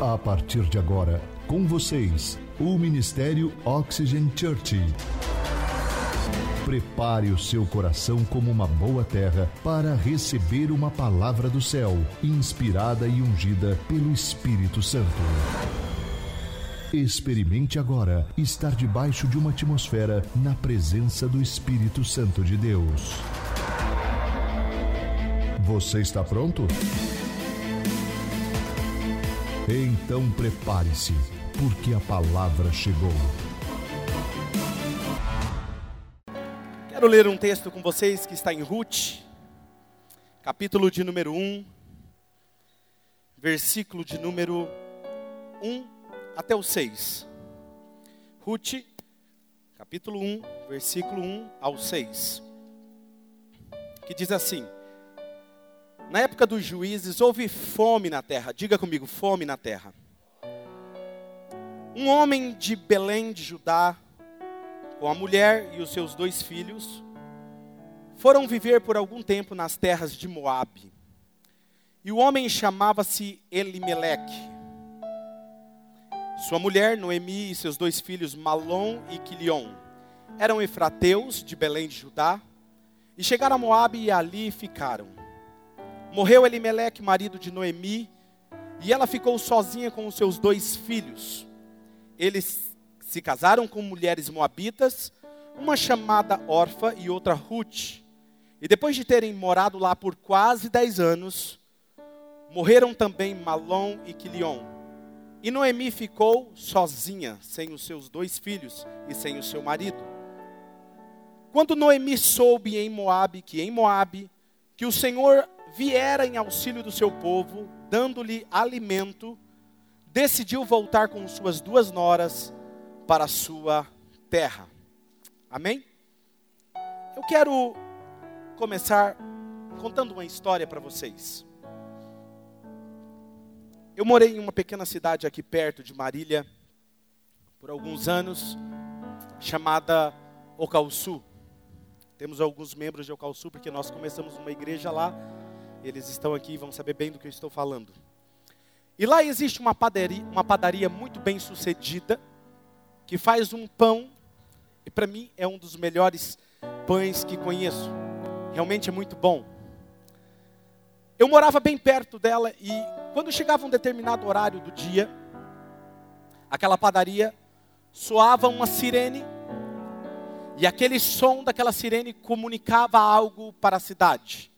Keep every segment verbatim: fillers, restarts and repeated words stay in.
A partir de agora, com vocês, o Ministério Oxygen Church. Prepare o seu coração como uma boa terra para receber uma palavra do céu, inspirada e ungida pelo Espírito Santo. Experimente agora estar debaixo de uma atmosfera na presença do Espírito Santo de Deus. Você está pronto? Então prepare-se, porque a palavra chegou. Quero ler um texto com vocês que está em Ruth, capítulo de número um, versículo de número um até o seis. Ruth, capítulo um, versículo um ao seis. Que diz assim: na época dos juízes houve fome na terra. Diga comigo, fome na terra. Um homem de Belém de Judá, com a mulher e os seus dois filhos, foram viver por algum tempo nas terras de Moabe. E o homem chamava-se Elimeleque. Sua mulher, Noemi, e seus dois filhos, Malom e Quilion, eram efrateus de Belém de Judá, e chegaram a Moabe e ali ficaram. Morreu Elimeleque, marido de Noemi, e ela ficou sozinha com os seus dois filhos. Eles se casaram com mulheres moabitas, uma chamada Orfa e outra Ruth. E depois de terem morado lá por quase dez anos, morreram também Malom e Quilion. E Noemi ficou sozinha, sem os seus dois filhos e sem o seu marido. Quando Noemi soube em Moabe, que em Moabe, que o Senhor viera em auxílio do seu povo, dando-lhe alimento, decidiu voltar com suas duas noras para a sua terra. Amém? Eu quero começar contando uma história para vocês. Eu morei em uma pequena cidade aqui perto de Marília por alguns anos, chamada Ocauçu. Temos alguns membros de Ocauçu porque nós começamos uma igreja lá. Eles estão aqui e vão saber bem do que eu estou falando. E lá existe uma padaria, uma padaria muito bem sucedida, que faz um pão, e para mim é um dos melhores pães que conheço. Realmente é muito bom. Eu morava bem perto dela e quando chegava um determinado horário do dia, aquela padaria soava uma sirene, e aquele som daquela sirene comunicava algo para a cidade.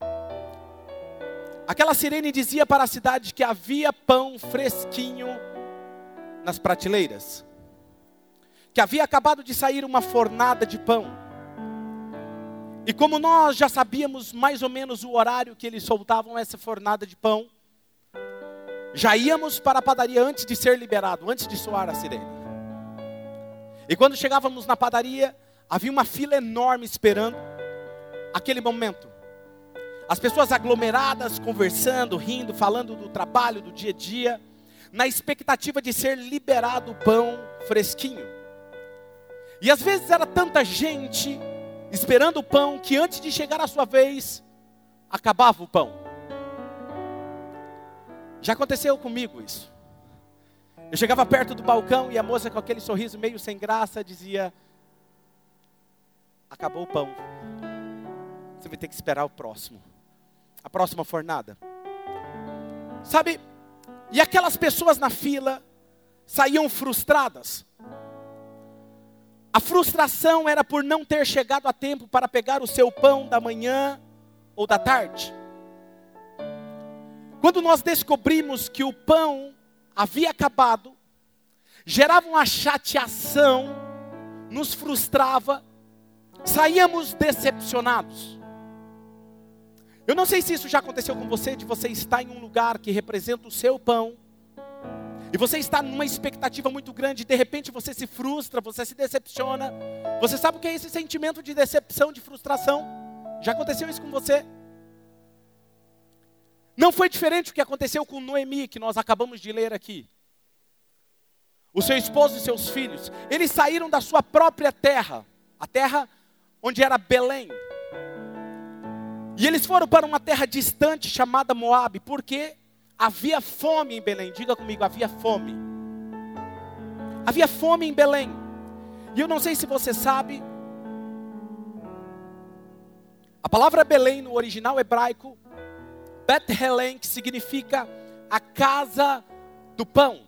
Aquela sirene dizia para a cidade que havia pão fresquinho nas prateleiras. Que havia acabado de sair uma fornada de pão. E como nós já sabíamos mais ou menos o horário que eles soltavam essa fornada de pão, já íamos para a padaria antes de ser liberado, antes de soar a sirene. E quando chegávamos na padaria, havia uma fila enorme esperando aquele momento. As pessoas aglomeradas, conversando, rindo, falando do trabalho, do dia a dia, na expectativa de ser liberado o pão fresquinho. E às vezes era tanta gente esperando o pão, que antes de chegar a sua vez, acabava o pão. Já aconteceu comigo isso. Eu chegava perto do balcão e a moça com aquele sorriso meio sem graça dizia: acabou o pão. Você vai ter que esperar o próximo. A próxima fornada. Sabe? E aquelas pessoas na fila saíam frustradas. A frustração era por não ter chegado a tempo para pegar o seu pão da manhã ou da tarde. Quando nós descobrimos que o pão havia acabado, gerava uma chateação, nos frustrava, saíamos decepcionados. Eu não sei se isso já aconteceu com você, de você estar em um lugar que representa o seu pão, e você está numa expectativa muito grande, e de repente você se frustra, você se decepciona. Você sabe o que é esse sentimento de decepção, de frustração? Já aconteceu isso com você? Não foi diferente do que aconteceu com Noemi, que nós acabamos de ler aqui. O seu esposo e seus filhos, eles saíram da sua própria terra, a terra onde era Belém. E eles foram para uma terra distante chamada Moabe. Por quê? havia fome em Belém. Diga comigo, havia fome. Havia fome em Belém. E eu não sei se você sabe, a palavra Belém no original hebraico, Beth-Helem, que significa a casa do pão.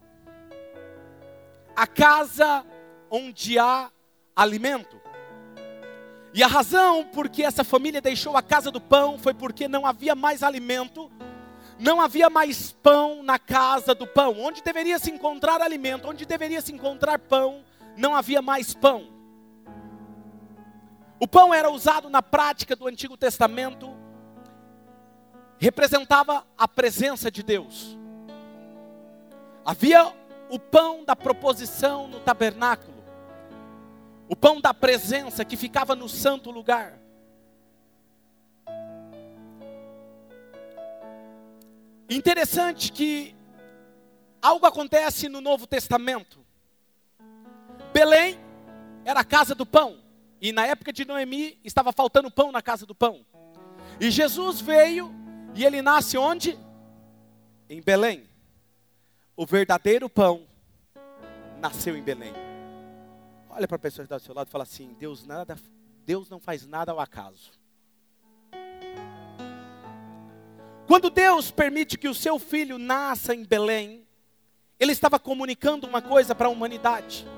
A casa onde há alimento. E a razão por que essa família deixou a casa do pão foi porque não havia mais alimento, não havia mais pão na casa do pão. Onde deveria se encontrar alimento, onde deveria se encontrar pão, não havia mais pão. O pão era usado na prática do Antigo Testamento, representava a presença de Deus. Havia o pão da proposição no tabernáculo, o pão da presença que ficava no santo lugar. Interessante que algo acontece no Novo Testamento. Belém era a casa do pão, e na época de Noemi estava faltando pão na casa do pão. E Jesus veio, e ele nasce onde? Em Belém. O verdadeiro pão nasceu em Belém. Olha para a pessoa que está do seu lado e fala assim: Deus, nada, Deus não faz nada ao acaso. Quando Deus permite que o seu filho nasça em Belém, Ele estava comunicando uma coisa para a humanidade.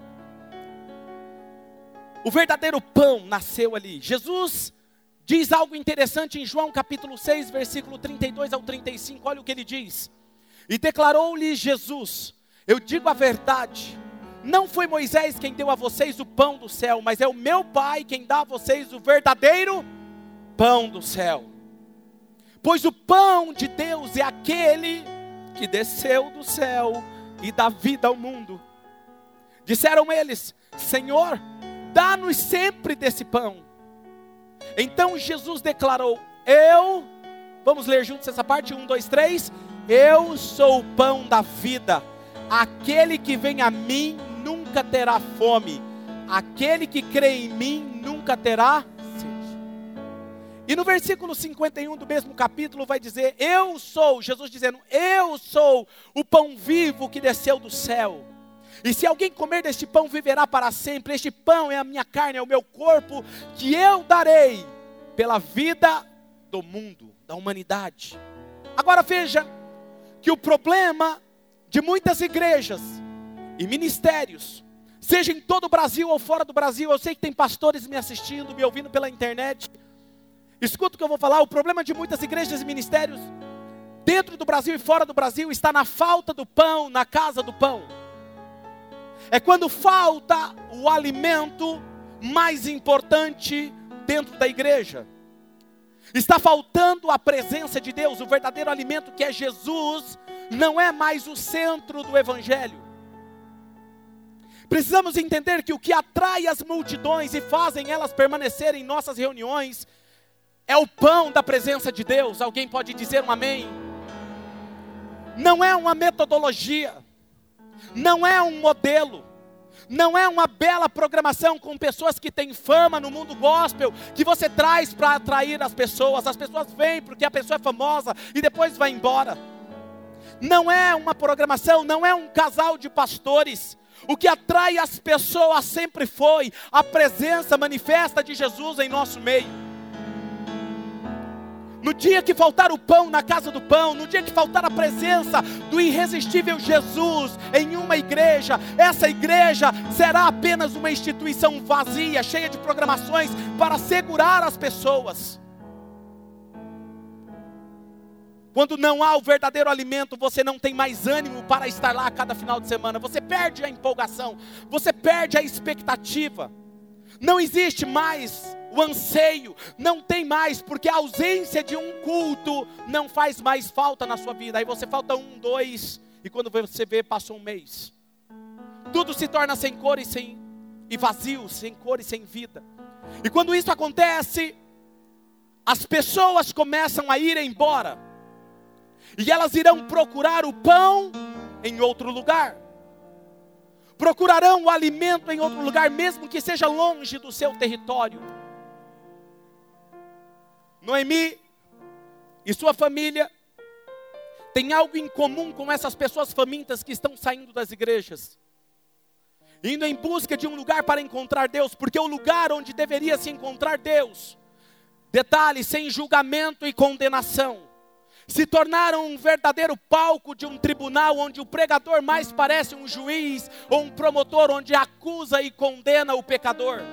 O verdadeiro pão nasceu ali. Jesus diz algo interessante em João capítulo seis, versículo trinta e dois ao trinta e cinco. Olha o que ele diz. E declarou-lhe Jesus: eu digo a verdade, não foi Moisés quem deu a vocês o pão do céu, mas é o meu Pai quem dá a vocês o verdadeiro pão do céu. Pois o pão de Deus é aquele que desceu do céu e dá vida ao mundo. Disseram eles: Senhor, dá-nos sempre desse pão. Então Jesus declarou: eu, vamos ler juntos essa parte, um, dois, três. Eu sou o pão da vida. Aquele que vem a mim nunca terá fome. Aquele que crê em mim nunca terá sede. E no versículo cinquenta e um do mesmo capítulo vai dizer: eu sou, Jesus dizendo, eu sou o pão vivo que desceu do céu. E se alguém comer deste pão viverá para sempre. Este pão é a minha carne, é o meu corpo, que eu darei pela vida do mundo, da humanidade. Agora veja que o problema de muitas igrejas e ministérios, seja em todo o Brasil ou fora do Brasil, eu sei que tem pastores me assistindo, me ouvindo pela internet. Escuta o que eu vou falar. O problema de muitas igrejas e ministérios, dentro do Brasil e fora do Brasil, está na falta do pão, na casa do pão. É quando falta o alimento mais importante dentro da igreja. Está faltando a presença de Deus, o verdadeiro alimento que é Jesus, não é mais o centro do evangelho. Precisamos entender que o que atrai as multidões e fazem elas permanecerem em nossas reuniões é o pão da presença de Deus. Alguém pode dizer um amém? Não é uma metodologia, não é um modelo, não é uma bela programação com pessoas que têm fama no mundo gospel, que você traz para atrair as pessoas. As pessoas vêm porque a pessoa é famosa e depois vai embora. Não é uma programação, não é um casal de pastores. O que atrai as pessoas sempre foi a presença manifesta de Jesus em nosso meio. No dia que faltar o pão na casa do pão, no dia que faltar a presença do irresistível Jesus em uma igreja, essa igreja será apenas uma instituição vazia, cheia de programações para segurar as pessoas. Quando não há o verdadeiro alimento, você não tem mais ânimo para estar lá a cada final de semana. Você perde a empolgação, você perde a expectativa. Não existe mais o anseio, não tem mais, porque a ausência de um culto não faz mais falta na sua vida. Aí você falta um, dois, e quando você vê, passou um mês. Tudo se torna sem cor e, sem, e vazio, sem cor e sem vida. E quando isso acontece, as pessoas começam a ir embora. E elas irão procurar o pão em outro lugar. Procurarão o alimento em outro lugar, mesmo que seja longe do seu território. Noemi e sua família tem algo em comum com essas pessoas famintas que estão saindo das igrejas, indo em busca de um lugar para encontrar Deus, porque o lugar onde deveria se encontrar Deus, detalhe, sem julgamento e condenação, se tornaram um verdadeiro palco de um tribunal, onde o pregador mais parece um juiz ou um promotor, onde acusa e condena o pecador.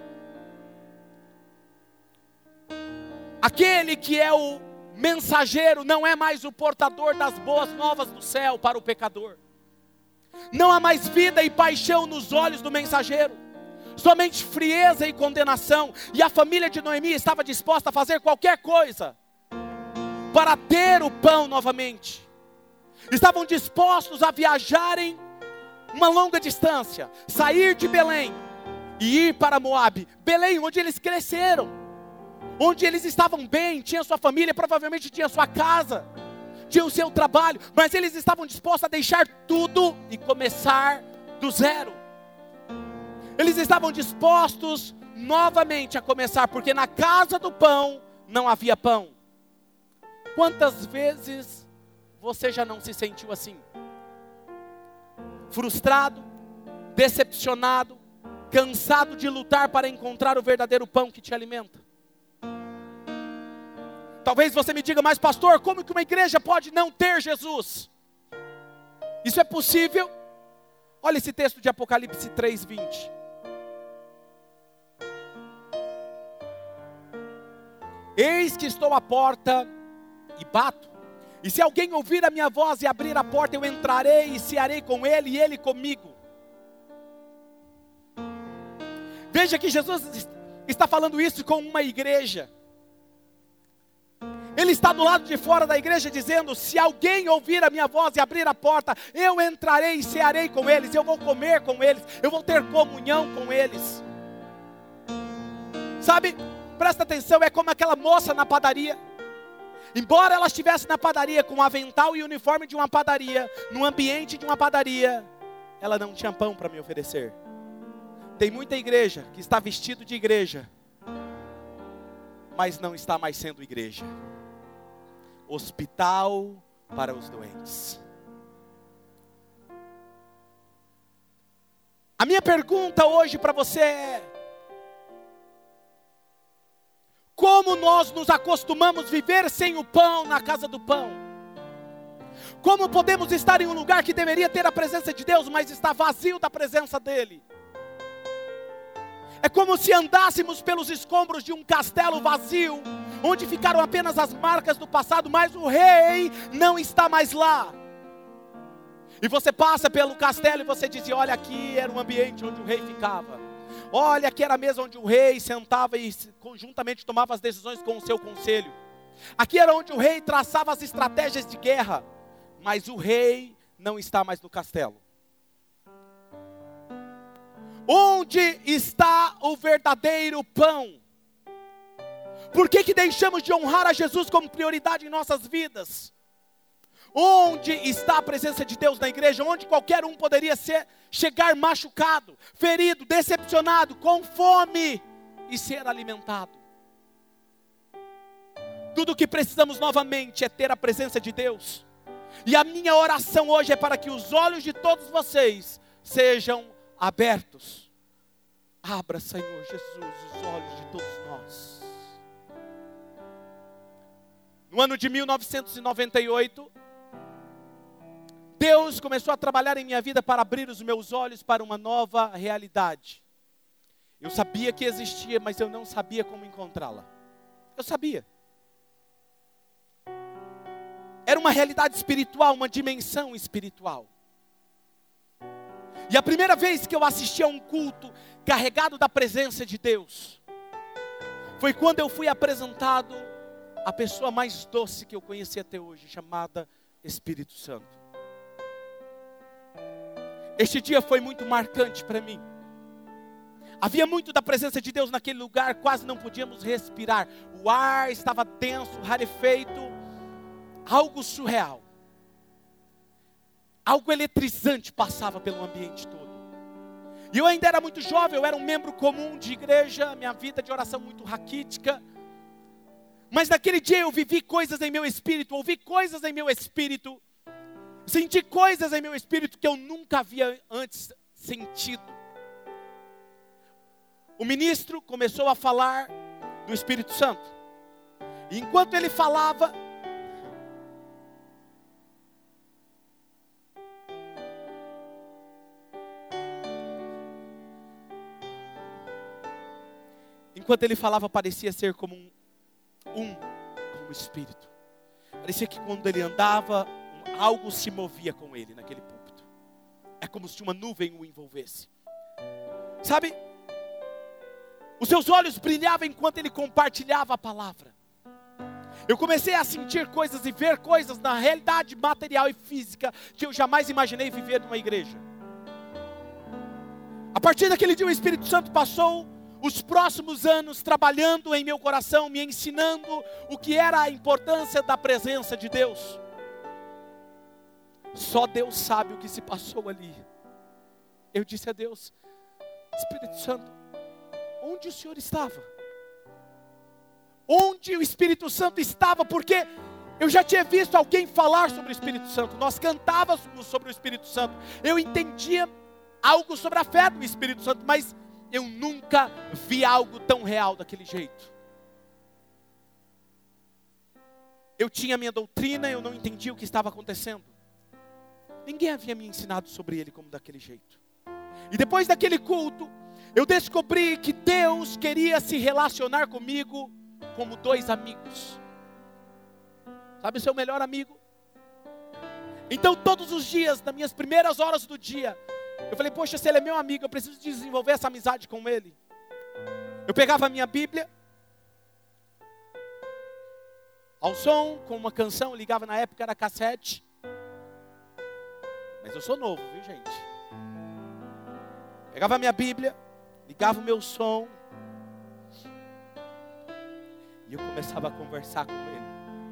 Aquele que é o mensageiro não é mais o portador das boas novas do céu para o pecador. Não há mais vida e paixão nos olhos do mensageiro, somente frieza e condenação. E a família de Noemi estava disposta a fazer qualquer coisa para ter o pão novamente. Estavam dispostos a viajarem uma longa distância, sair de Belém e ir para Moabe. Belém, onde eles cresceram, onde eles estavam bem, tinha sua família, provavelmente tinha sua casa, tinha o seu trabalho, mas eles estavam dispostos a deixar tudo e começar do zero. Eles estavam dispostos novamente a começar, porque na casa do pão não havia pão. Quantas vezes você já não se sentiu assim? Frustrado, decepcionado, cansado de lutar para encontrar o verdadeiro pão que te alimenta. Talvez você me diga, mas pastor, como que uma igreja pode não ter Jesus? Isso é possível? Olha esse texto de Apocalipse três, vinte. Eis que estou à porta e bato. E se alguém ouvir a minha voz e abrir a porta, eu entrarei e cearei com ele e ele comigo. Veja que Jesus está falando isso com uma igreja. Ele está do lado de fora da igreja dizendo, se alguém ouvir a minha voz e abrir a porta, eu entrarei e cearei com eles, eu vou comer com eles, eu vou ter comunhão com eles. Sabe, presta atenção, é como aquela moça na padaria. Embora ela estivesse na padaria com o avental e uniforme de uma padaria, no ambiente de uma padaria, ela não tinha pão para me oferecer. Tem muita igreja que está vestido de igreja, mas não está mais sendo igreja. Hospital para os doentes. A minha pergunta hoje para você é: como nós nos acostumamos a viver sem o pão na casa do pão? Como podemos estar em um lugar que deveria ter a presença de Deus, mas está vazio da presença dEle? É como se andássemos pelos escombros de um castelo vazio, onde ficaram apenas as marcas do passado, mas o rei não está mais lá. E você passa pelo castelo e você diz, olha, aqui era um ambiente onde o rei ficava. Olha, aqui era a mesa onde o rei sentava e conjuntamente tomava as decisões com o seu conselho. Aqui era onde o rei traçava as estratégias de guerra. Mas o rei não está mais no castelo. Onde está o verdadeiro pão? Por que que deixamos de honrar a Jesus como prioridade em nossas vidas? Onde está a presença de Deus na igreja? Onde qualquer um poderia ser, chegar machucado, ferido, decepcionado, com fome e ser alimentado. Tudo o que precisamos novamente é ter a presença de Deus. E a minha oração hoje é para que os olhos de todos vocês sejam abertos. Abra, Senhor Jesus, os olhos de todos nós. No ano de mil novecentos e noventa e oito, Deus começou a trabalhar em minha vida para abrir os meus olhos para uma nova realidade. Eu sabia que existia, mas eu não sabia como encontrá-la. Eu sabia. Era uma realidade espiritual, uma dimensão espiritual. E a primeira vez que eu assisti a um culto carregado da presença de Deus, foi quando eu fui apresentado à pessoa mais doce que eu conheci até hoje, chamada Espírito Santo. Este dia foi muito marcante para mim. Havia muito da presença de Deus naquele lugar, quase não podíamos respirar. O ar estava denso, rarefeito, algo surreal. Algo eletrizante passava pelo ambiente todo. E eu ainda era muito jovem, eu era um membro comum de igreja, minha vida de oração muito raquítica. Mas naquele dia eu vivi coisas em meu espírito, ouvi coisas em meu espírito, senti coisas em meu espírito que eu nunca havia antes sentido. O ministro começou a falar do Espírito Santo. E enquanto ele falava, enquanto ele falava, parecia ser como um, um com o Espírito. Parecia que quando ele andava, algo se movia com ele naquele púlpito. É como se uma nuvem o envolvesse. Sabe? Os seus olhos brilhavam enquanto ele compartilhava a palavra. Eu comecei a sentir coisas e ver coisas na realidade material e física que eu jamais imaginei viver numa igreja. A partir daquele dia o Espírito Santo passou os próximos anos trabalhando em meu coração, me ensinando o que era a importância da presença de Deus. Só Deus sabe o que se passou ali. Eu disse a Deus: Espírito Santo, onde o Senhor estava? Onde o Espírito Santo estava? Porque eu já tinha visto alguém falar sobre o Espírito Santo. Nós cantávamos sobre o Espírito Santo. Eu entendia algo sobre a fé do Espírito Santo, mas eu nunca vi algo tão real daquele jeito. Eu tinha minha doutrina, eu não entendia o que estava acontecendo. Ninguém havia me ensinado sobre ele como daquele jeito. E depois daquele culto, eu descobri que Deus queria se relacionar comigo como dois amigos. Sabe o seu melhor amigo? Então todos os dias, nas minhas primeiras horas do dia, eu falei: poxa, se ele é meu amigo, eu preciso desenvolver essa amizade com ele. Eu pegava a minha Bíblia, ao som, com uma canção, eu ligava, na época era cassete. Mas eu sou novo, viu, gente? Pegava a minha Bíblia, ligava o meu som, e eu começava a conversar com ele.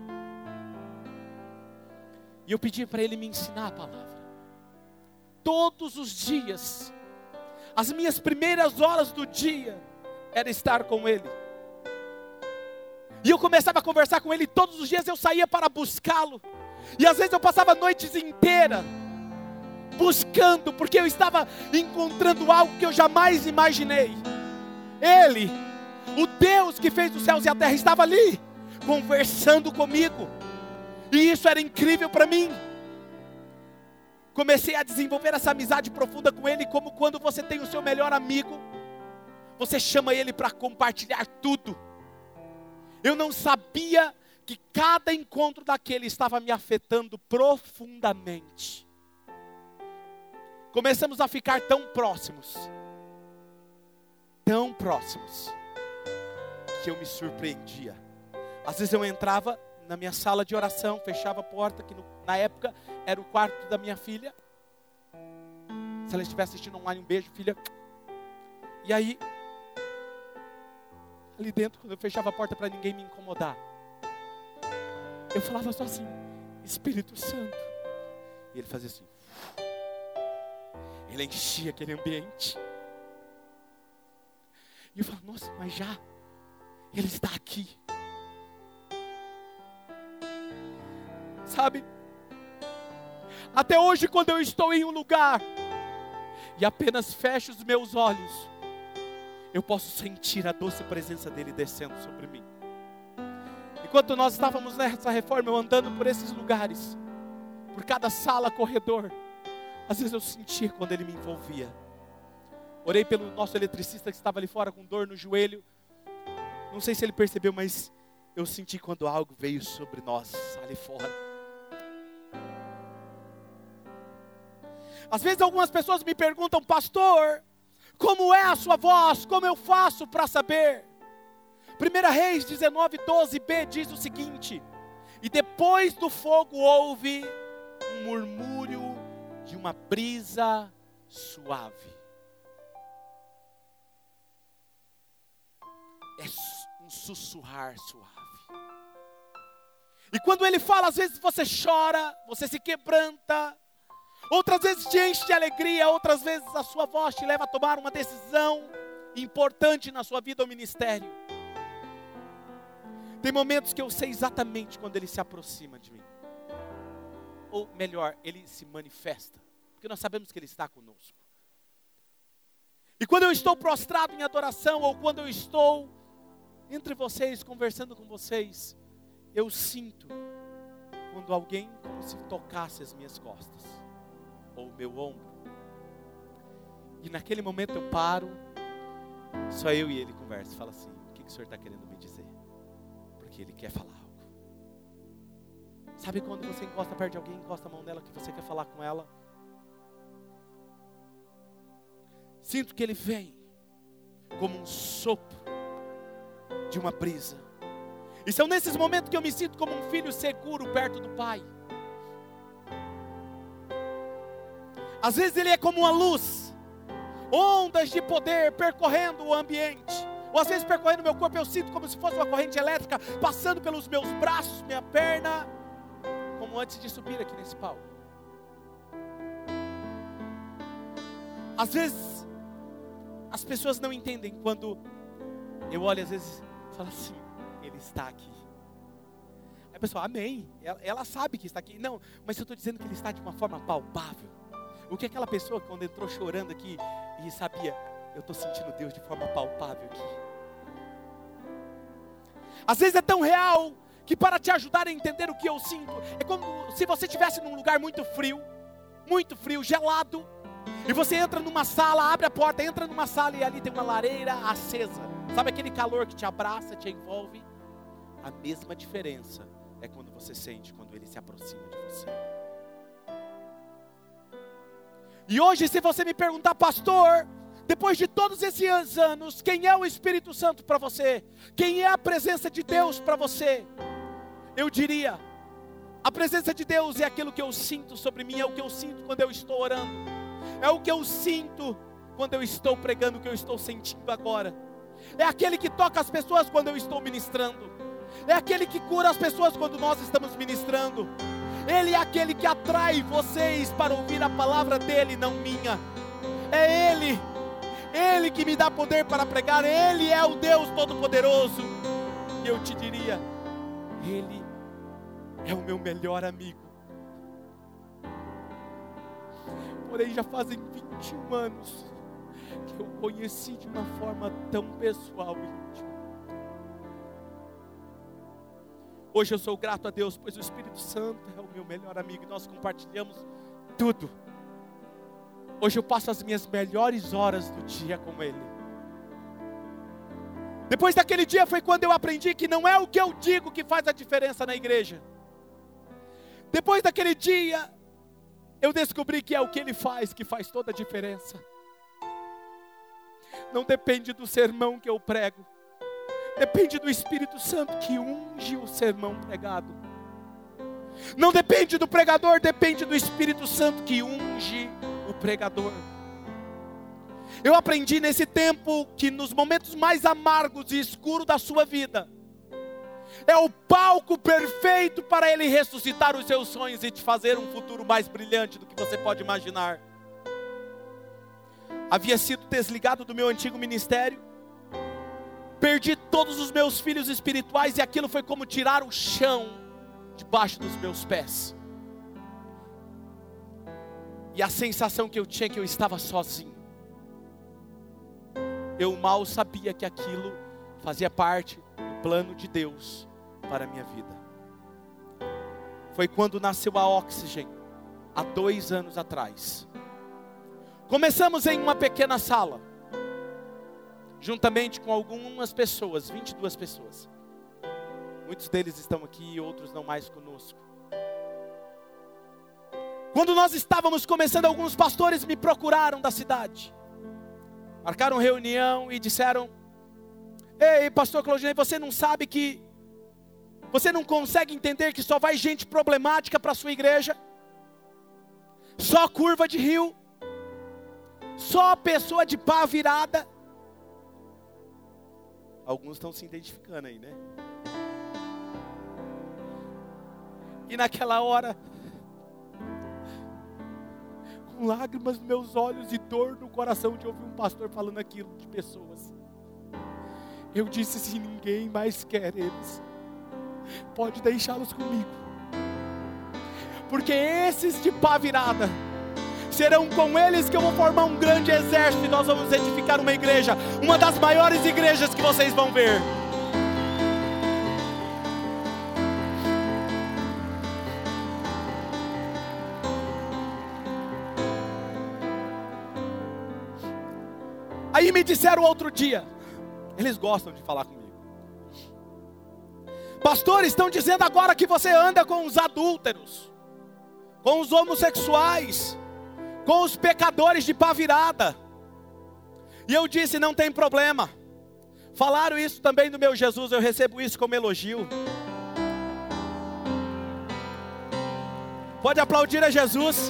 E eu pedi para ele me ensinar a palavra. Todos os dias, as minhas primeiras horas do dia, era estar com ele. E eu começava a conversar com ele, todos os dias eu saía para buscá-lo. E às vezes eu passava noites inteiras buscando, porque eu estava encontrando algo que eu jamais imaginei. Ele, o Deus que fez os céus e a terra, estava ali, conversando comigo. E isso era incrível para mim. Comecei a desenvolver essa amizade profunda com ele, como quando você tem o seu melhor amigo, você chama ele para compartilhar tudo. Eu não sabia que cada encontro daquele estava me afetando profundamente. Começamos a ficar tão próximos, tão próximos, que eu me surpreendia. Às vezes eu entrava na minha sala de oração, fechava a porta, que no, na época era o quarto da minha filha. Se ela estiver assistindo online, um beijo, filha. E aí, ali dentro, quando eu fechava a porta para ninguém me incomodar, eu falava só assim: Espírito Santo. E ele fazia assim. Ele enchia aquele ambiente. E eu falava: nossa, mas já Ele está aqui. Sabe? Até hoje, quando eu estou em um lugar e apenas fecho os meus olhos, eu posso sentir a doce presença dele descendo sobre mim. Enquanto nós estávamos nessa reforma, eu andando por esses lugares, por cada sala, corredor, às vezes eu sentia quando ele me envolvia. Orei pelo nosso eletricista que estava ali fora com dor no joelho. Não sei se ele percebeu, mas eu senti quando algo veio sobre nós ali fora. Às vezes algumas pessoas me perguntam: pastor, como é a sua voz? Como eu faço para saber? primeira Reis dezenove, doze b diz o seguinte: e depois do fogo houve um murmúrio de uma brisa suave. É um sussurrar suave. E quando ele fala, às vezes você chora, você se quebranta. Outras vezes te enche de alegria, outras vezes a sua voz te leva a tomar uma decisão importante na sua vida ou ministério. Tem momentos que eu sei exatamente quando Ele se aproxima de mim. Ou melhor, Ele se manifesta. Porque nós sabemos que Ele está conosco. E quando eu estou prostrado em adoração, ou quando eu estou entre vocês, conversando com vocês, eu sinto quando alguém como se tocasse as minhas costas, ou o meu ombro. E naquele momento eu paro, só eu e Ele conversam. Fala assim: o que, que o Senhor está querendo me dizer? Porque Ele quer falar algo. Sabe quando você encosta perto de alguém, encosta a mão nela, que você quer falar com ela? Sinto que Ele vem como um sopro de uma brisa. E são nesses momentos que eu me sinto como um filho seguro perto do Pai. Às vezes Ele é como uma luz, ondas de poder percorrendo o ambiente. Ou às vezes percorrendo meu corpo, eu sinto como se fosse uma corrente elétrica passando pelos meus braços, minha perna, como antes de subir aqui nesse palco. Às vezes as pessoas não entendem quando eu olho, às vezes falo assim: Ele está aqui. Aí a pessoa, amém, ela, ela sabe que está aqui. Não, mas eu estou dizendo que Ele está de uma forma palpável. O que aquela pessoa quando entrou chorando aqui e sabia, eu estou sentindo Deus de forma palpável aqui. Às vezes é tão real que para te ajudar a entender o que eu sinto, é como se você estivesse num lugar muito frio, muito frio, gelado, e você entra numa sala, abre a porta, entra numa sala e ali tem uma lareira acesa. Sabe aquele calor que te abraça, te envolve? A mesma diferença é quando você sente, quando Ele se aproxima de você. E hoje, se você me perguntar, pastor, depois de todos esses anos, quem é o Espírito Santo para você? Quem é a presença de Deus para você? Eu diria, a presença de Deus é aquilo que eu sinto sobre mim, é o que eu sinto quando eu estou orando, é o que eu sinto quando eu estou pregando, o que eu estou sentindo agora. É aquele que toca as pessoas quando eu estou ministrando, é aquele que cura as pessoas quando nós estamos ministrando. Ele é aquele que atrai vocês para ouvir a palavra dEle, não minha. É Ele, Ele que me dá poder para pregar. Ele é o Deus Todo-Poderoso. E eu te diria, Ele é o meu melhor amigo. Porém já fazem vinte e um anos que eu conheci de uma forma tão pessoal e íntima. Hoje eu sou grato a Deus, pois o Espírito Santo é o meu melhor amigo e nós compartilhamos tudo. Hoje eu passo as minhas melhores horas do dia com Ele. Depois daquele dia foi quando eu aprendi que não é o que eu digo que faz a diferença na igreja. Depois daquele dia, eu descobri que é o que Ele faz que faz toda a diferença. Não depende do sermão que eu prego. Depende do Espírito Santo que unge o sermão pregado. Não depende do pregador, depende do Espírito Santo que unge o pregador. Eu aprendi nesse tempo que nos momentos mais amargos e escuros da sua vida, é o palco perfeito para Ele ressuscitar os seus sonhos e te fazer um futuro mais brilhante do que você pode imaginar. Havia sido desligado do meu antigo ministério, perdi todos os meus filhos espirituais e aquilo foi como tirar o chão debaixo dos meus pés. E a sensação que eu tinha é que eu estava sozinho. Eu mal sabia que aquilo fazia parte do plano de Deus para a minha vida. Foi quando nasceu a Oxygen, há dois anos atrás. Começamos em uma pequena sala, juntamente com algumas pessoas, vinte e duas pessoas. Muitos deles estão aqui e outros não mais conosco. Quando nós estávamos começando, alguns pastores me procuraram da cidade. Marcaram reunião e disseram: ei, pastor Claudinei, você não sabe que você não consegue entender que só vai gente problemática para a sua igreja? Só curva de rio? Só pessoa de pá virada? Alguns estão se identificando aí, né? E naquela hora, com lágrimas nos meus olhos e dor no coração de ouvir um pastor falando aquilo de pessoas, eu disse: se ninguém mais quer eles, pode deixá-los comigo, porque esses de pá virada, serão com eles que eu vou formar um grande exército, e nós vamos edificar uma igreja, uma das maiores igrejas que vocês vão ver. Aí me disseram outro dia, eles gostam de falar comigo: pastor, estão dizendo agora que você anda com os adúlteros, com os homossexuais, com os pecadores de pá virada. E eu disse: não tem problema. Falaram isso também do meu Jesus, eu recebo isso como elogio. Pode aplaudir a Jesus.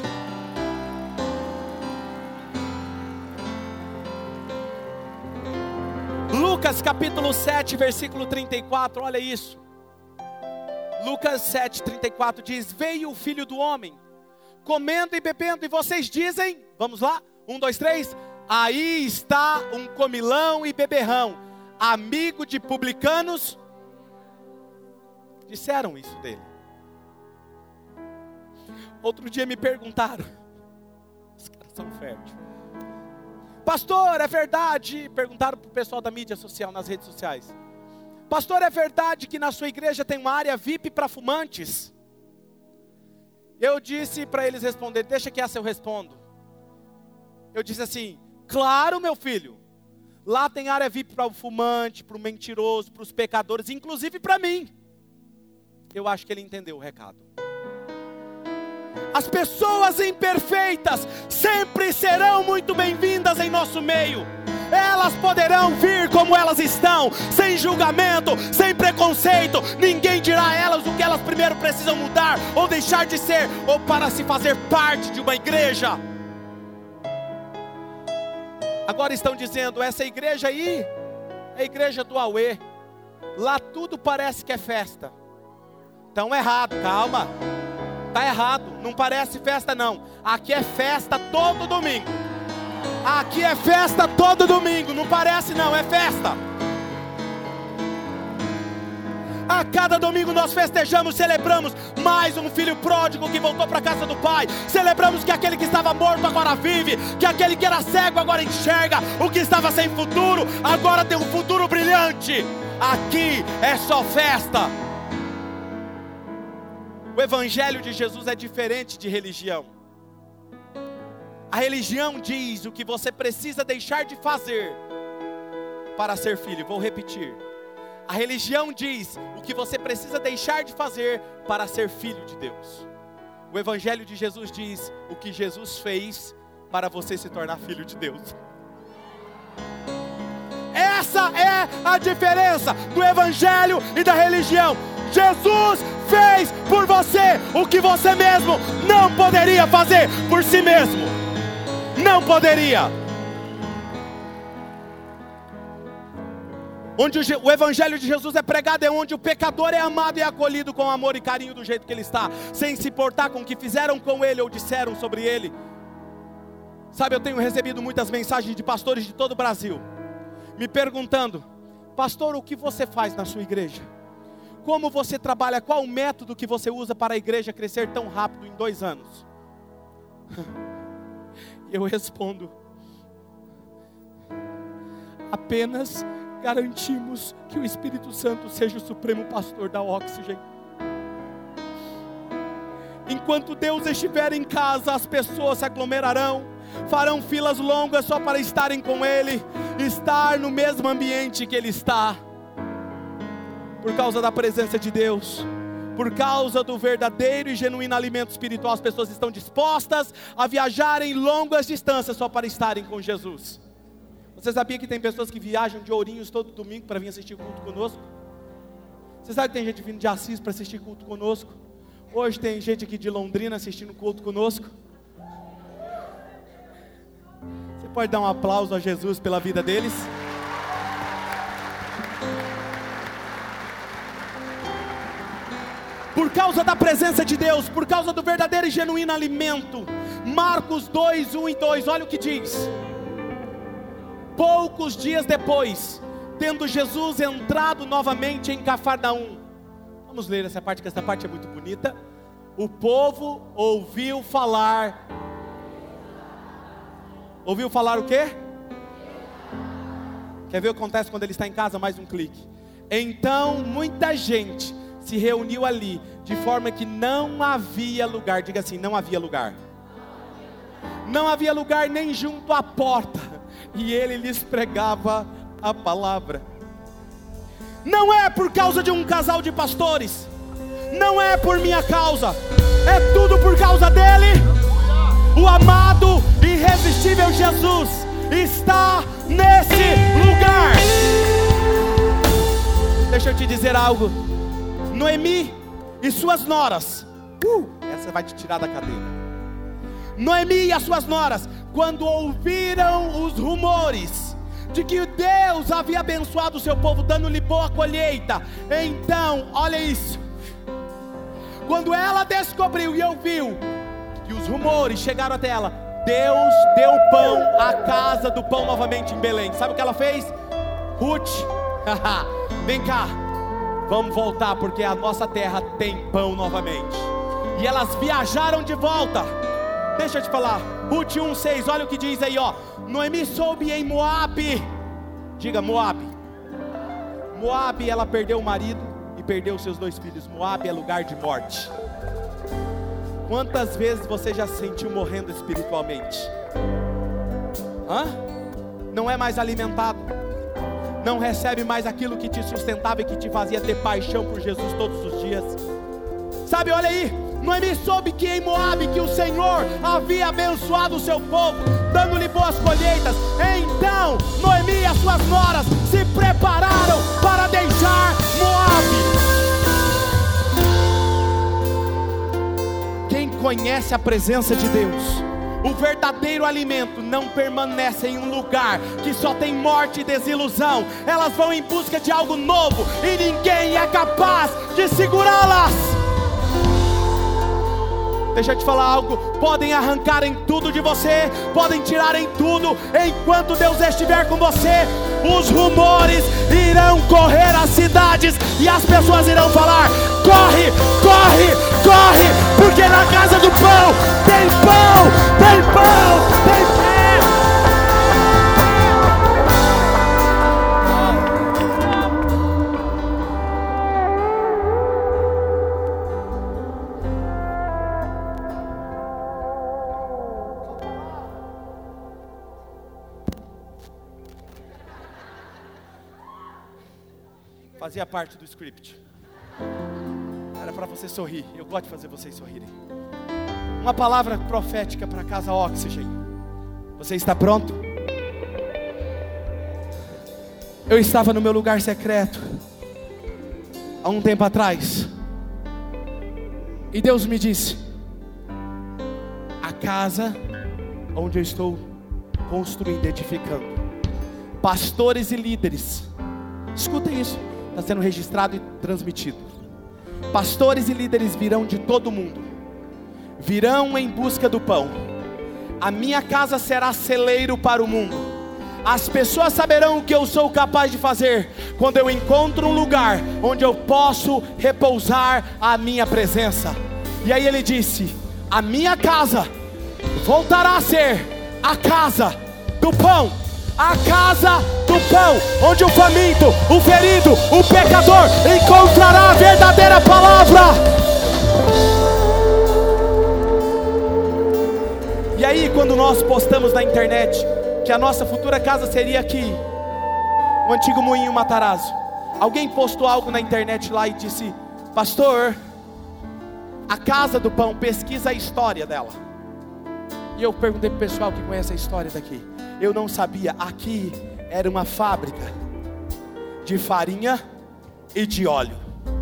Lucas capítulo sete, versículo trinta e quatro, olha isso. Lucas sete, trinta e quatro diz: veio o Filho do Homem, comendo e bebendo, e vocês dizem, vamos lá, um, dois, três, aí está um comilão e beberrão, amigo de publicanos. Disseram isso dele. Outro dia me perguntaram, os caras são férteis: pastor, é verdade? Perguntaram para o pessoal da mídia social, nas redes sociais: pastor, é verdade que na sua igreja tem uma área V I P para fumantes? Eu disse para eles responder, deixa que essa eu respondo. Eu disse assim: claro, meu filho, lá tem área V I P para o fumante, para o mentiroso, para os pecadores, inclusive para mim. Eu acho que ele entendeu o recado. As pessoas imperfeitas sempre serão muito bem-vindas em nosso meio. Elas poderão vir como elas estão, sem julgamento, sem preconceito. Ninguém dirá a elas o que elas primeiro precisam mudar, ou deixar de ser, ou para se fazer parte de uma igreja. Agora estão dizendo, essa igreja aí é a igreja do Aue, lá tudo parece que é festa. Estão errado, calma. Está errado, não parece festa não. Aqui é festa todo domingo. Aqui é festa todo domingo, não parece não, é festa. A cada domingo nós festejamos, celebramos mais um filho pródigo que voltou para a casa do pai. Celebramos que aquele que estava morto agora vive, que aquele que era cego agora enxerga, o que estava sem futuro agora tem um futuro brilhante. Aqui é só festa. O evangelho de Jesus é diferente de religião. A religião diz o que você precisa deixar de fazer para ser filho. Vou repetir. A religião diz o que você precisa deixar de fazer para ser filho de Deus. O evangelho de Jesus diz o que Jesus fez para você se tornar filho de Deus. Essa é a diferença do evangelho e da religião. Jesus fez por você o que você mesmo não poderia fazer por si mesmo. Não poderia. Onde o, o evangelho de Jesus é pregado é onde o pecador é amado e acolhido com amor e carinho do jeito que ele está, sem se importar com o que fizeram com ele ou disseram sobre ele. Sabe, eu tenho recebido muitas mensagens de pastores de todo o Brasil, me perguntando: pastor, o que você faz na sua igreja? Como você trabalha? Qual o método que você usa para a igreja crescer tão rápido em dois anos? Eu respondo: apenas garantimos que o Espírito Santo seja o supremo pastor da Oxygen. Enquanto Deus estiver em casa, as pessoas se aglomerarão, farão filas longas só para estarem com Ele, estar no mesmo ambiente que Ele está. Por causa da presença de Deus, por causa do verdadeiro e genuíno alimento espiritual, as pessoas estão dispostas a viajarem longas distâncias só para estarem com Jesus. Você sabia que tem pessoas que viajam de Ourinhos todo domingo para vir assistir culto conosco? Você sabe que tem gente vindo de Assis para assistir culto conosco? Hoje tem gente aqui de Londrina assistindo culto conosco. Você pode dar um aplauso a Jesus pela vida deles? Por causa da presença de Deus, por causa do verdadeiro e genuíno alimento. Marcos dois, um e dois, olha o que diz. Poucos dias depois, tendo Jesus entrado novamente em Cafarnaum. Vamos ler essa parte, que essa parte é muito bonita. O povo ouviu falar. Ouviu falar o quê? Quer ver o que acontece quando ele está em casa? Mais um clique. Então muita gente se reuniu ali, de forma que não havia lugar. Diga assim, não havia lugar. Não havia lugar nem junto à porta. E ele lhes pregava a palavra. Não é por causa de um casal de pastores, não é por minha causa, é tudo por causa dele. O amado, irresistível Jesus está nesse lugar. Deixa eu te dizer algo. Noemi e suas noras, uh, essa vai te tirar da cadeira. Noemi e as suas noras, quando ouviram os rumores de que Deus havia abençoado o seu povo, dando-lhe boa colheita, então, olha isso, quando ela descobriu e ouviu que os rumores chegaram até ela, Deus deu pão à casa do pão novamente em Belém. Sabe o que ela fez? Ruth, vem cá, vamos voltar, porque a nossa terra tem pão novamente. E elas viajaram de volta. Deixa eu te falar, Ruth um, seis, olha o que diz aí, ó. Noemi soube em Moabe. Diga Moabe. Moabe, ela perdeu o marido e perdeu seus dois filhos. Moabe é lugar de morte. Quantas vezes você já se sentiu morrendo espiritualmente? Hã? Não é mais alimentado, não recebe mais aquilo que te sustentava e que te fazia ter paixão por Jesus todos os dias. Sabe, olha aí, Noemi soube que em Moabe, que o Senhor havia abençoado o seu povo, dando-lhe boas colheitas. Então Noemi e as suas noras se prepararam para deixar Moabe. Quem conhece a presença de Deus, o verdadeiro alimento não permanece em um lugar que só tem morte e desilusão. Elas vão em busca de algo novo e ninguém é capaz de segurá-las. Deixa eu te falar algo, podem arrancar em tudo de você, podem tirar em tudo, enquanto Deus estiver com você, os rumores irão correr às cidades, e as pessoas irão falar, corre, corre, corre, porque na casa do pão, tem pão, tem pão, tem pão. Fazia parte do script. Era para você sorrir. Eu gosto de fazer vocês sorrirem. Uma palavra profética para a casa Oxygen. Você está pronto? Eu estava no meu lugar secreto há um tempo atrás, e Deus me disse: a casa onde eu estou construindo, edificando, pastores e líderes, escutem isso, está sendo registrado e transmitido. Pastores e líderes virão de todo mundo, virão em busca do pão. A minha casa será celeiro para o mundo. As pessoas saberão o que eu sou capaz de fazer quando eu encontro um lugar onde eu posso repousar a minha presença. E aí ele disse: a minha casa voltará a ser a casa do pão. A casa do pão, onde o faminto, o ferido, o pecador encontrará a verdadeira palavra. E aí, quando nós postamos na internet que a nossa futura casa seria aqui, o antigo moinho Matarazzo, alguém postou algo na internet lá e disse: pastor, a casa do pão, pesquisa a história dela. E eu perguntei para o pessoal que conhece a história daqui. Eu não sabia, aqui era uma fábrica de farinha e de óleo.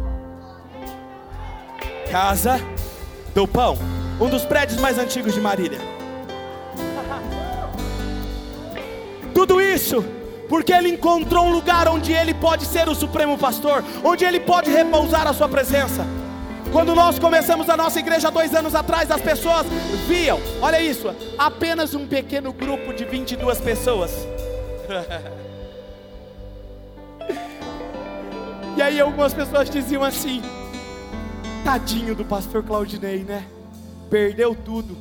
Casa do Pão, um dos prédios mais antigos de Marília. Tudo isso porque ele encontrou um lugar onde ele pode ser o supremo pastor, onde ele pode repousar a sua presença. Quando nós começamos a nossa igreja dois anos atrás, as pessoas viam, olha isso, apenas um pequeno grupo de vinte e duas pessoas. E aí algumas pessoas diziam assim: Tadinho do pastor Claudinei, né? Perdeu tudo.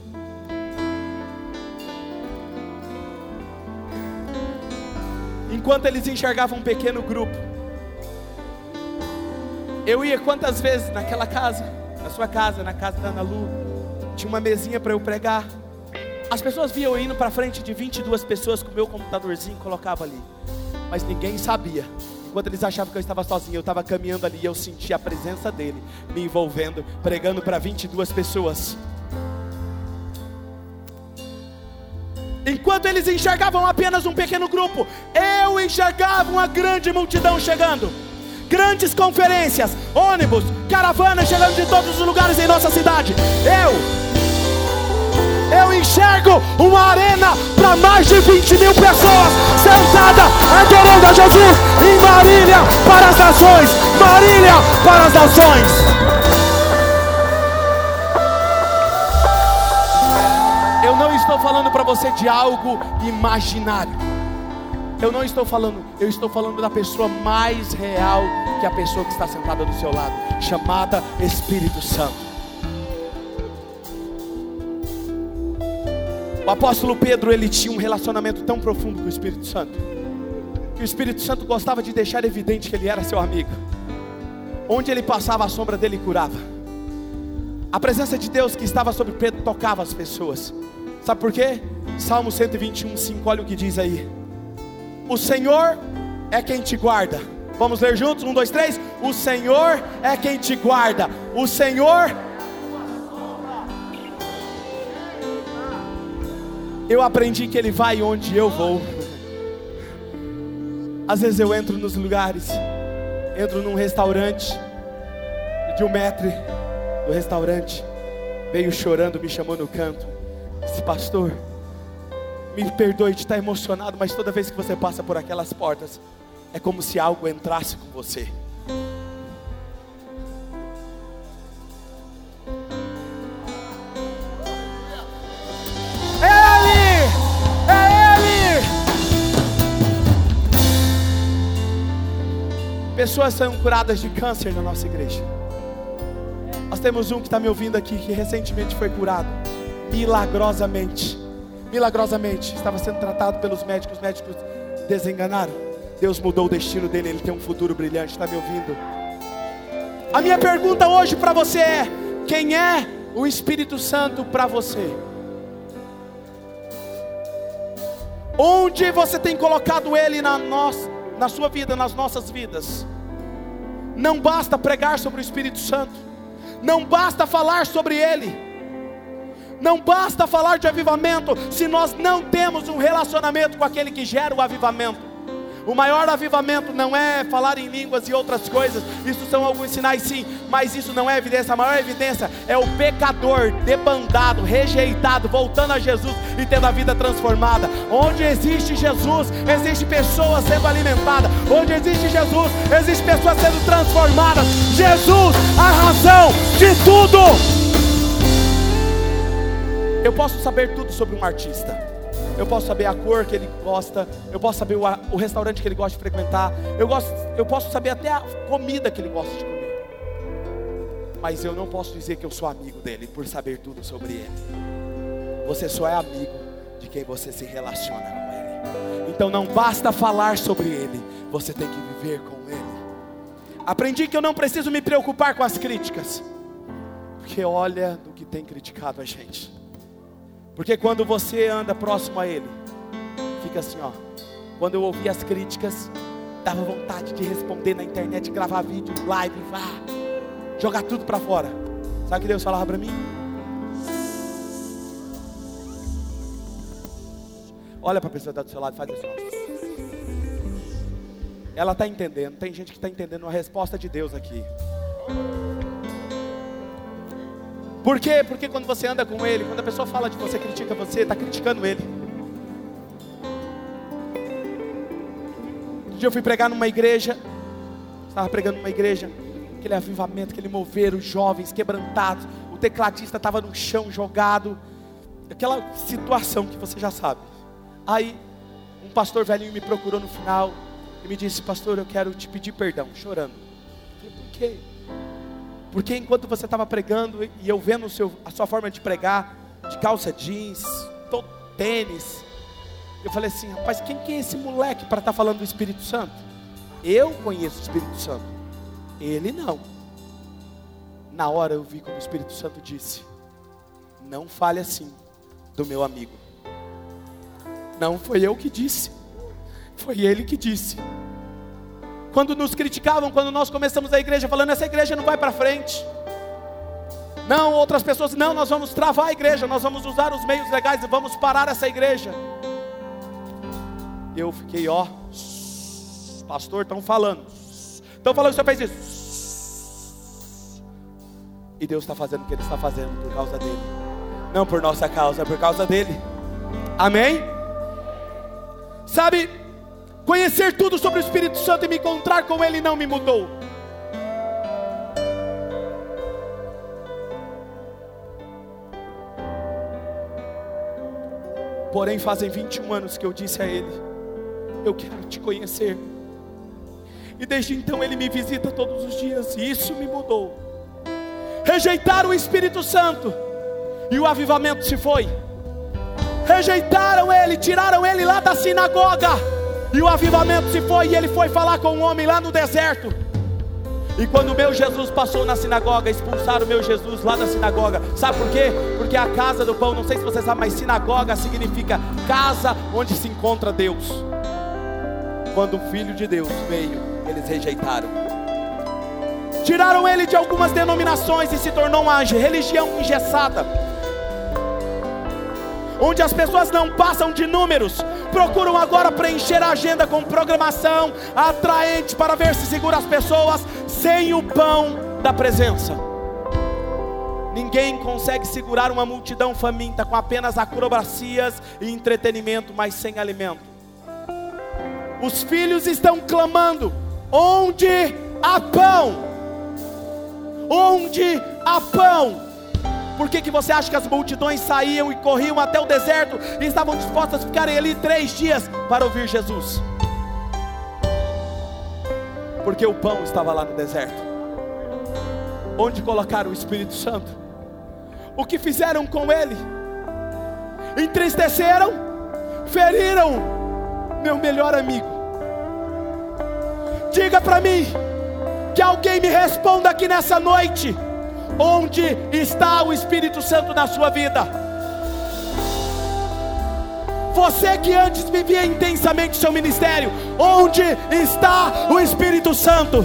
Enquanto eles enxergavam um pequeno grupo, eu ia quantas vezes naquela casa, na sua casa, na casa da Ana Lu, tinha uma mesinha para eu pregar. As pessoas viam eu indo para frente de vinte e duas pessoas com o meu computadorzinho, colocava ali, mas ninguém sabia. Enquanto eles achavam que eu estava sozinho, eu estava caminhando ali e eu sentia a presença dele me envolvendo, pregando para vinte e duas pessoas. Enquanto eles enxergavam apenas um pequeno grupo, eu enxergava uma grande multidão chegando. Grandes conferências, ônibus, caravanas chegando de todos os lugares em nossa cidade. Eu Eu enxergo uma arena para mais de vinte mil pessoas sentada adorando a Jesus em Marília para as nações. Marília para as nações. Eu não estou falando para você de algo imaginário. Eu não estou falando, eu estou falando da pessoa mais real que a pessoa que está sentada do seu lado, chamada Espírito Santo. O apóstolo Pedro, ele tinha um relacionamento tão profundo com o Espírito Santo, que o Espírito Santo gostava de deixar evidente que ele era seu amigo. Onde ele passava, a sombra dele curava. A presença de Deus que estava sobre Pedro tocava as pessoas. Sabe por quê? Salmo cento e vinte e um, cinco, olha o que diz aí. O Senhor é quem te guarda. Vamos ler juntos? Um, dois, três. O Senhor é quem te guarda. O Senhor... Eu aprendi que Ele vai onde eu vou. Às vezes eu entro nos lugares, entro num restaurante, e o maître do restaurante veio chorando, me chamou no canto, disse: pastor, me perdoe de estar emocionado, mas toda vez que você passa por aquelas portas, é como se algo entrasse com você. Pessoas são curadas de câncer na nossa igreja. Nós temos um que está me ouvindo aqui, que recentemente foi curado, milagrosamente. Milagrosamente, estava sendo tratado pelos médicos, os médicos desenganaram. Deus mudou o destino dele, ele tem um futuro brilhante, está me ouvindo? A minha pergunta hoje para você é: quem é o Espírito Santo para você? Onde você tem colocado ele na nossa, na sua vida, nas nossas vidas? Não basta pregar sobre o Espírito Santo, não basta falar sobre ele, não basta falar de avivamento, se nós não temos um relacionamento com aquele que gera o avivamento. O maior avivamento não é falar em línguas e outras coisas, isso são alguns sinais sim, mas isso não é evidência. A maior evidência é o pecador debandado, rejeitado, voltando a Jesus e tendo a vida transformada. Onde existe Jesus, existe pessoas sendo alimentadas. Onde existe Jesus, existe pessoas sendo transformadas. Jesus, a razão de tudo. Eu posso saber tudo sobre um artista, eu posso saber a cor que ele gosta, eu posso saber o, o restaurante que ele gosta de frequentar, eu, gosto, eu posso saber até a comida que ele gosta de comer, mas eu não posso dizer que eu sou amigo dele por saber tudo sobre ele. Você só é amigo de quem você se relaciona com ele. Então não basta falar sobre ele, você tem que viver com ele. Aprendi que eu não preciso me preocupar com as críticas, porque olha do que tem criticado a gente. Porque quando você anda próximo a ele, fica assim, ó. Quando eu ouvi as críticas, dava vontade de responder na internet, gravar vídeo, live, vá, jogar tudo para fora. Sabe o que Deus falava para mim? Olha para a pessoa que está do seu lado e faz assim, ó. Ela está entendendo, tem gente que está entendendo a resposta de Deus aqui. Por quê? Porque quando você anda com ele, quando a pessoa fala de você, critica você, está criticando ele. Um dia eu fui pregar numa igreja, estava pregando numa igreja, aquele avivamento, aquele mover, os jovens quebrantados, o tecladista estava no chão jogado, aquela situação que você já sabe. Aí um pastor velhinho me procurou no final e me disse: pastor, eu quero te pedir perdão, chorando. Eu falei: por quê? Porque enquanto você estava pregando e eu vendo o seu, a sua forma de pregar, de calça jeans, todo tênis, eu falei assim, rapaz, quem que é esse moleque para estar falando do Espírito Santo? Eu conheço o Espírito Santo, ele não. Na hora eu vi como o Espírito Santo disse, não fale assim do meu amigo. Não foi eu que disse, foi ele que disse. Quando nos criticavam, quando nós começamos a igreja falando, essa igreja não vai para frente. Não, outras pessoas, não, nós vamos travar a igreja, nós vamos usar os meios legais e vamos parar essa igreja. Eu fiquei, ó, pastor, estão falando, estão falando que o senhor fez isso. E Deus está fazendo o que Ele está fazendo por causa dele. Não por nossa causa, é por causa dele. Amém? Sabe, conhecer tudo sobre o Espírito Santo e me encontrar com Ele não me mudou. Porém fazem vinte e um anos que eu disse a Ele, eu quero te conhecer. E desde então Ele me visita todos os dias, e isso me mudou. Rejeitaram o Espírito Santo, e o avivamento se foi. Rejeitaram Ele, tiraram Ele lá da sinagoga, e o avivamento se foi, e Ele foi falar com um homem lá no deserto. E quando o meu Jesus passou na sinagoga, expulsaram o meu Jesus lá da sinagoga. Sabe por quê? Porque a casa do pão, não sei se você sabe, mas sinagoga significa casa onde se encontra Deus. Quando o Filho de Deus veio, eles rejeitaram. Tiraram Ele de algumas denominações e se tornou uma religião engessada, onde as pessoas não passam de números, procuram agora preencher a agenda com programação atraente para ver se segura as pessoas, sem o pão da presença. Ninguém consegue segurar uma multidão faminta com apenas acrobacias e entretenimento, mas sem alimento. Os filhos estão clamando, onde há pão? Onde há pão? Por que que você acha que as multidões saíam e corriam até o deserto e estavam dispostas a ficarem ali três dias para ouvir Jesus? Porque o pão estava lá no deserto. Onde colocaram o Espírito Santo? O que fizeram com ele? Entristeceram, feriram meu melhor amigo. Diga para mim, que alguém me responda aqui nessa noite, onde está o Espírito Santo na sua vida? Você que antes vivia intensamente seu ministério, onde está o Espírito Santo?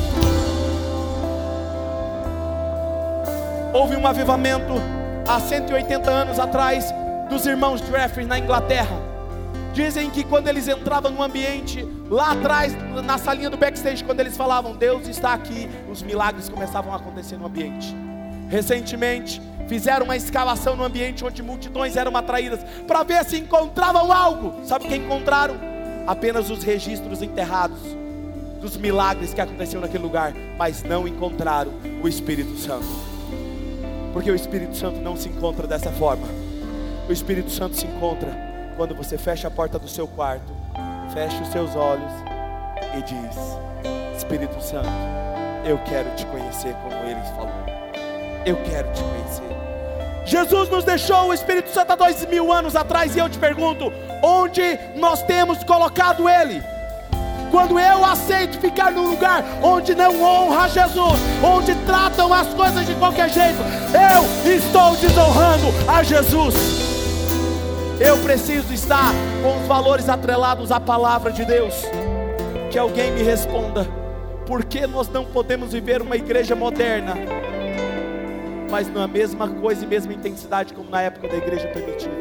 Houve um avivamento há cento e oitenta anos atrás dos irmãos Jeffrey na Inglaterra. Dizem que quando eles entravam no ambiente, lá atrás, na salinha do backstage, quando eles falavam, Deus está aqui, os milagres começavam a acontecer no ambiente. Recentemente, fizeram uma escavação no ambiente onde multidões eram atraídas, para ver se encontravam algo. Sabe o que encontraram? Apenas os registros enterrados dos milagres que aconteceram naquele lugar, mas não encontraram o Espírito Santo. Porque o Espírito Santo não se encontra dessa forma. O Espírito Santo se encontra quando você fecha a porta do seu quarto, fecha os seus olhos e diz, Espírito Santo, eu quero te conhecer como Ele falou. Eu quero te conhecer. Jesus nos deixou o Espírito Santo há dois mil anos atrás, e eu te pergunto, onde nós temos colocado Ele? Quando eu aceito ficar num lugar onde não honra Jesus, onde tratam as coisas de qualquer jeito, eu estou desonrando a Jesus. Eu preciso estar com os valores atrelados à palavra de Deus. Que alguém me responda, por que nós não podemos viver uma igreja moderna, mas na mesma coisa e mesma intensidade como na época da igreja primitiva?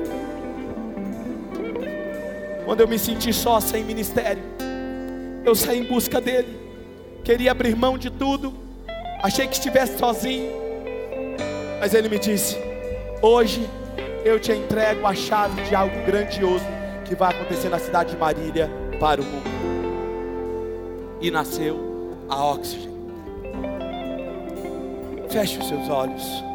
Quando eu me senti só, sem ministério, eu saí em busca dele, queria abrir mão de tudo, achei que estivesse sozinho, mas ele me disse, hoje eu te entrego a chave de algo grandioso que vai acontecer na cidade de Marília para o mundo. E nasceu a Oxygen. Feche os seus olhos.